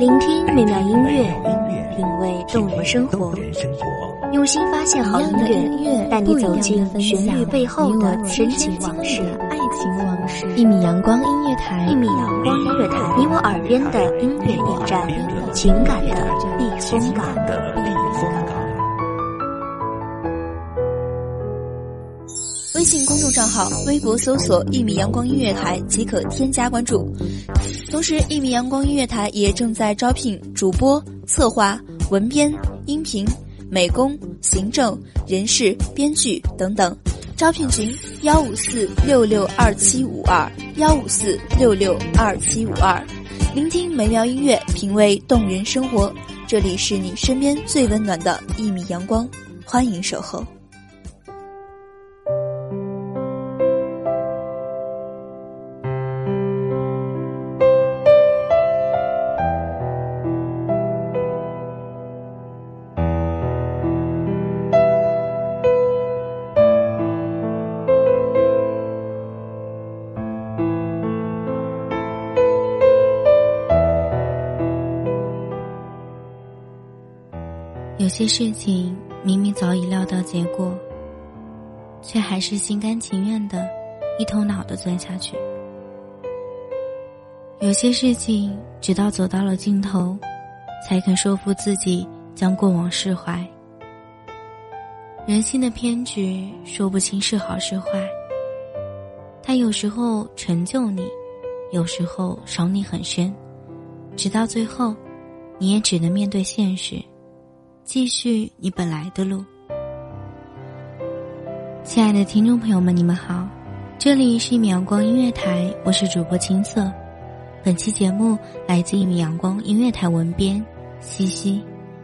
聆听美妙音乐，品味动人生活，用心发现好音乐，带你走进旋律背后的深情往事。 爱情往事。一米阳光音乐台， 一米阳光音乐台，你我耳边的音乐驿站，情感的避风港。 微信公众账号、微博搜索“一米阳光音乐台”即可添加关注。同时，一米阳光音乐台也正在招聘主播、策划、文编、音频、美工、行政、人事、编剧等等。招聘群154662752，154662752。聆听美妙音乐，品味动人生活。这里是你身边最温暖的一米阳光，欢迎守候。 有些事情明明早已料到结果，却还是心甘情愿的一头脑的钻下去。有些事情直到走到了尽头，才肯说服自己将过往释怀。人性的偏执说不清是好是坏，它有时候成就你，有时候伤你很深，直到最后你也只能面对现实，继续你本来的路。亲爱的听众朋友们，你们好，这里是一米阳光音乐台，我是主播青色。本期节目来自一米阳光音乐台文编西西。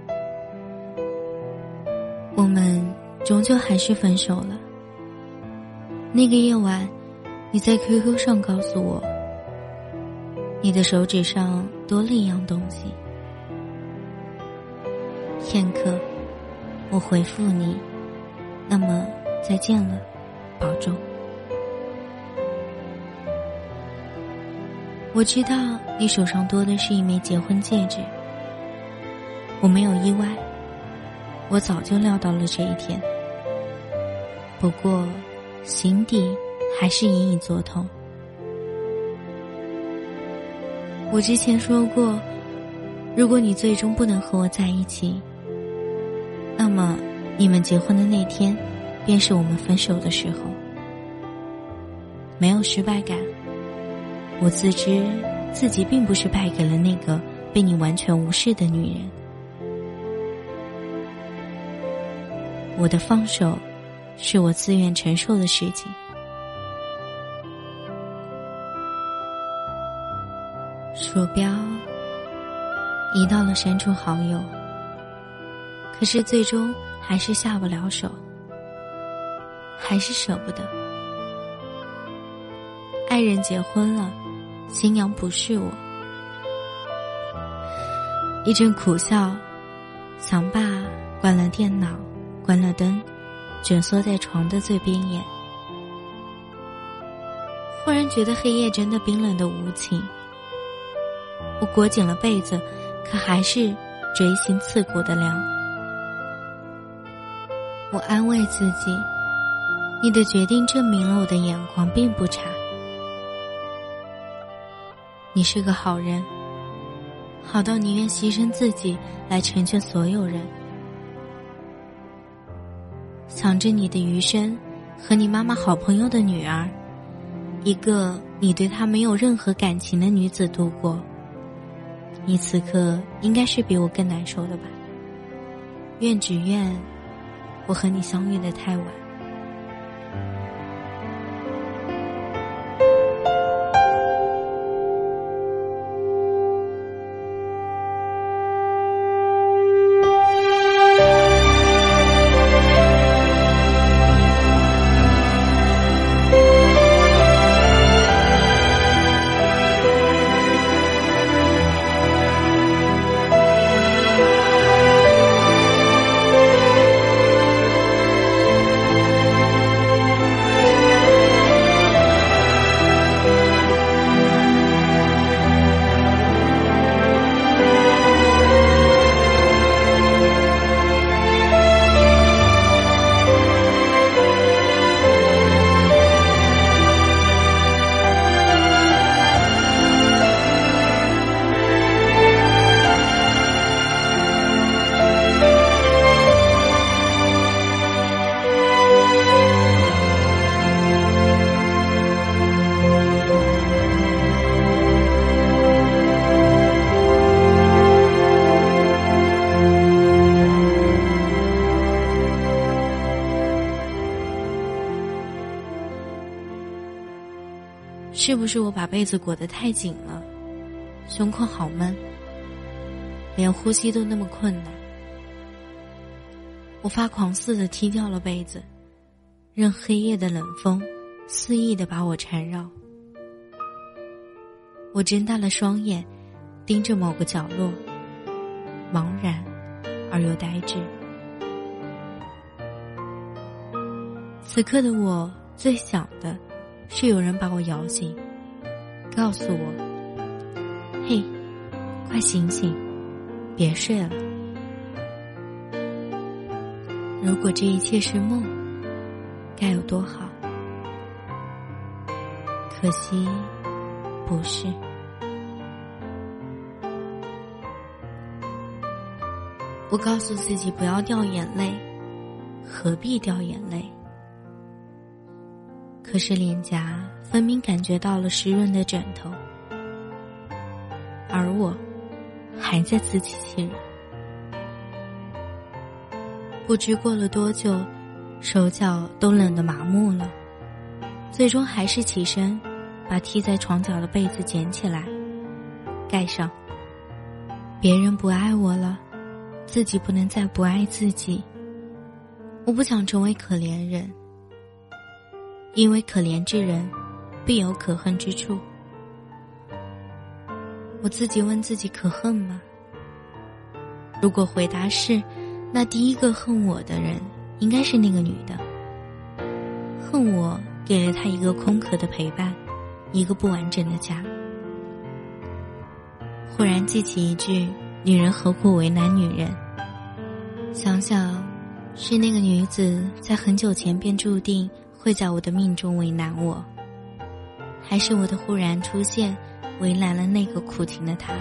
我们终究还是分手了。那个夜晚，你在 QQ 上告诉我，你的手指上多了一样东西。片刻，我回复你，那么再见了，保重。我知道你手上多的是一枚结婚戒指，我没有意外，我早就料到了这一天。不过心底还是隐隐作痛。我之前说过，如果你最终不能和我在一起，那么你们结婚的那天便是我们分手的时候。没有失败感，我自知自己并不是败给了那个被你完全无视的女人。我的放手是我自愿承受的事情。鼠标移到了删除好友，可是最终还是下不了手，还是舍不得。爱人结婚了，新娘不是我。一阵苦笑，想罢关了电脑，关了灯，蜷缩在床的最边沿。忽然觉得黑夜真的冰冷的无情。我裹紧了被子，可还是锥心刺骨的凉。我安慰自己，你的决定证明了我的眼光并不差。你是个好人，好到你愿牺牲自己来成全所有人。想着你的余生和你妈妈好朋友的女儿，一个你对她没有任何感情的女子度过，你此刻应该是比我更难受的吧。愿只愿我和你相遇得太晚。 是不是我把被子裹得太紧了，胸口好闷，连呼吸都那么困难。我发狂似的踢掉了被子，任黑夜的冷风肆意地把我缠绕。我睁大了双眼，盯着某个角落，茫然而又呆滞。此刻的我最想的是有人把我摇醒，告诉我，嘿，快醒醒，别睡了。如果这一切是梦，该有多好。可惜不是。我告诉自己不要掉眼泪，何必掉眼泪？可是脸颊分明感觉到了湿润的枕头，而我还在自欺欺人。不知过了多久，手脚都冷得麻木了，最终还是起身，把踢在床角的被子捡起来，盖上。别人不爱我了，自己不能再不爱自己。我不想成为可怜人，因为可怜之人必有可恨之处。我自己问自己，可恨吗？如果回答是，那第一个恨我的人应该是那个女的。恨我给了她一个空壳的陪伴，一个不完整的家。忽然记起一句，女人何苦为难女人？想想是那个女子在很久前便注定会在我的命中为难我，还是我的忽然出现为难了那个苦情的她？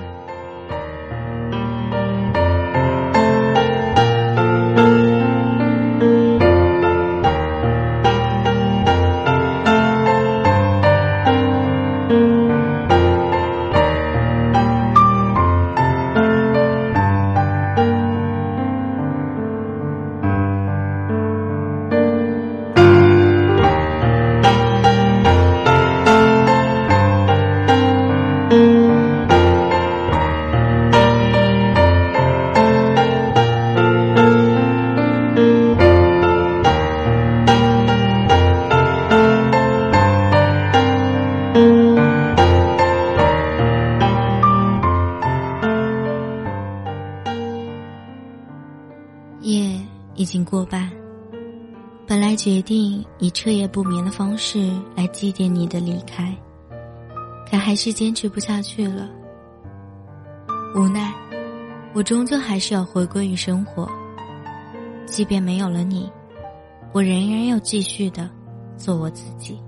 夜已经过半，本来决定以彻夜不眠的方式来祭奠你的离开，可还是坚持不下去了。无奈，我终究还是要回归于生活。即便没有了你，我仍然要继续的做我自己。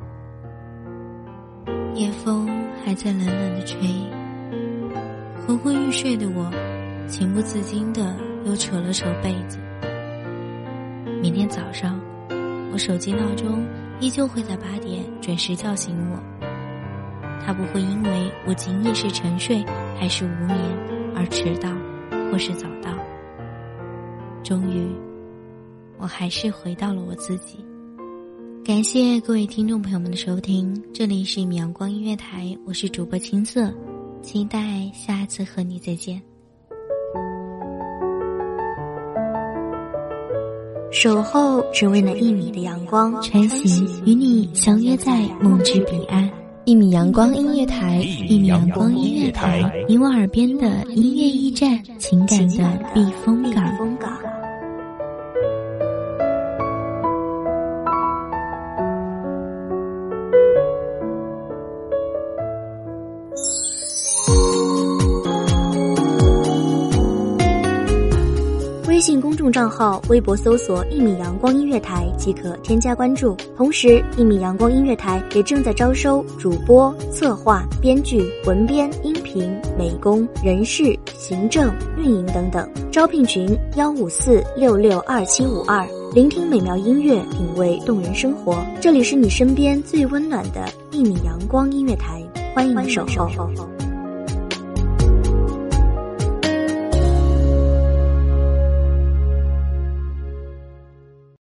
夜风还在冷冷的吹，昏昏欲睡的我情不自禁的又扯了扯被子。明天早上，我手机闹钟依旧会在8点准时叫醒我，它不会因为我仅仅是沉睡还是无眠而迟到或是早到。终于，我还是回到了我自己。感谢各位听众朋友们的收听，这里是一米阳光音乐台，我是主播青色，期待下次和你再见。 守候只为那1米的阳光， 穿行与你相约在梦之彼岸。 1米阳光音乐台 1米阳光音乐台，你我耳边的音乐驿站，情感的避风港。 微信公众账号、微博搜索1米阳光音乐台即可添加关注。同时，1米阳光音乐台也正在招收主播、策划、编剧、文编、音频、美工、人事、行政、运营等等。招聘群154662752，聆听美妙音乐，品味动人生活。这里是你身边最温暖的1米阳光音乐台，欢迎守候。